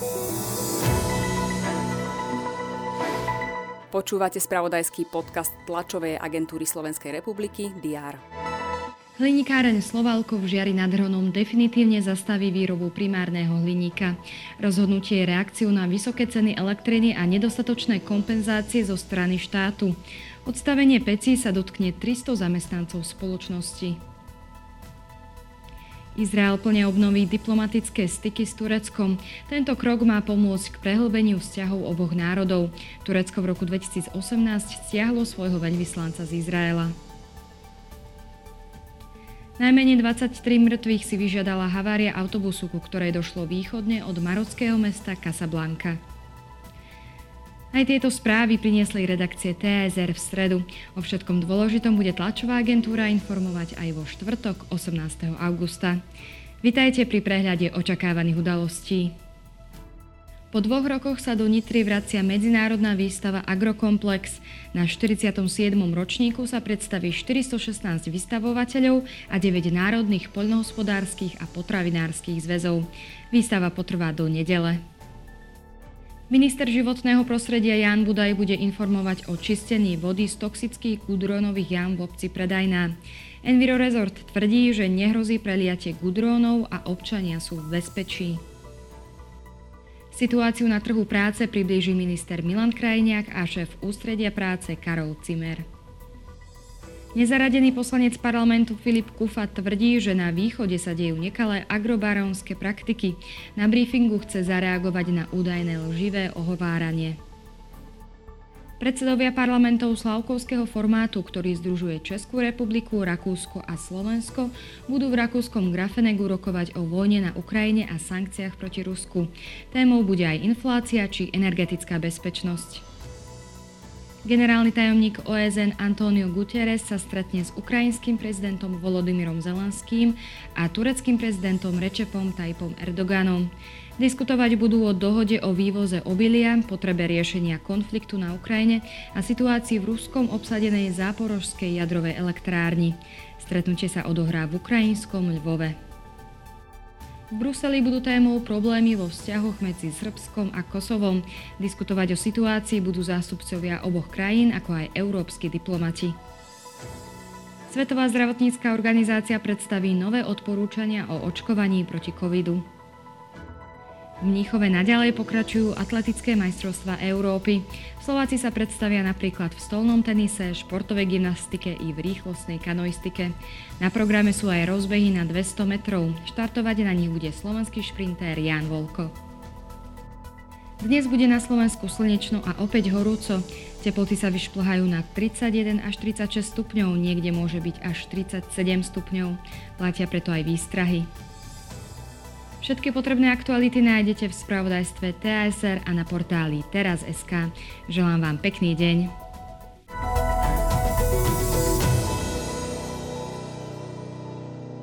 Počúvate spravodajský podcast tlačovej agentúry Slovenskej republiky DR. Hliníkáreň Slovalko v Žiari nad Hronom definitívne zastaví výrobu primárneho hliníka. Rozhodnutie je reakciou na vysoké ceny elektriny a nedostatočné kompenzácie zo strany štátu. Odstavenie pecí sa dotkne 300 zamestnancov spoločnosti. Izrael plne obnoví diplomatické styky s Tureckom. Tento krok má pomôcť k prehlbeniu vzťahov oboch národov. Turecko v roku 2018 stiahlo svojho veľvyslanca z Izraela. Najmenej 23 mŕtvych si vyžiadala havária autobusu, ku ktorej došlo východne od marockého mesta Casablanca. Aj tieto správy priniesli redakcie TASR v stredu. O všetkom dôležitom bude tlačová agentúra informovať aj vo štvrtok 18. augusta. Vitajte pri prehľade očakávaných udalostí. Po 2 rokoch sa do Nitry vracia medzinárodná výstava Agrokomplex. Na 47. ročníku sa predstaví 416 vystavovateľov a 9 národných poľnohospodárskych a potravinárskych zväzov. Výstava potrvá do nedele. Minister životného prostredia Ján Budaj bude informovať o čistení vody z toxických gudrónových jám v obci Predajná. Envirorezort tvrdí, že nehrozí preliatie gudrónov a občania sú v bezpečí. Situáciu na trhu práce priblíži minister Milan Krajniak a šéf ústredia práce Karol Cimer. Nezaradený poslanec parlamentu Filip Kufa tvrdí, že na východe sa dejú nekalé agrobarónske praktiky. Na briefingu chce zareagovať na údajné lživé ohováranie. Predsedovia parlamentov slavkovského formátu, ktorý združuje Českú republiku, Rakúsko a Slovensko, budú v rakúskom Grafenegu rokovať o vojne na Ukrajine a sankciách proti Rusku. Témou bude aj inflácia či energetická bezpečnosť. Generálny tajomník OSN António Guterres sa stretne s ukrajinským prezidentom Volodymyrom Zelenským a tureckým prezidentom Recepom Tayyipom Erdoganom. Diskutovať budú o dohode o vývoze obilia, potrebe riešenia konfliktu na Ukrajine a situácii v ruskom obsadenej záporožskej jadrovej elektrárni. Stretnutie sa odohrá v ukrajinskom Lvove. V Bruseli budú témou problémy vo vzťahoch medzi Srbskom a Kosovom. Diskutovať o situácii budú zástupcovia oboch krajín, ako aj európski diplomati. Svetová zdravotnícka organizácia predstaví nové odporúčania o očkovaní proti covidu. V Mníchove naďalej pokračujú atletické majstrovstvá Európy. Slováci sa predstavia napríklad v stolnom tenise, športovej gymnastike i v rýchlostnej kanoistike. Na programe sú aj rozbehy na 200 metrov. Štartovať na nich bude slovenský šprintér Ján Volko. Dnes bude na Slovensku slnečno a opäť horúco. Teploty sa vyšplhajú na 31 až 36 stupňov, niekde môže byť až 37 stupňov. Platia preto aj výstrahy. Všetky potrebné aktuality nájdete v spravodajstve TASR a na portáli teraz.sk. Želám vám pekný deň.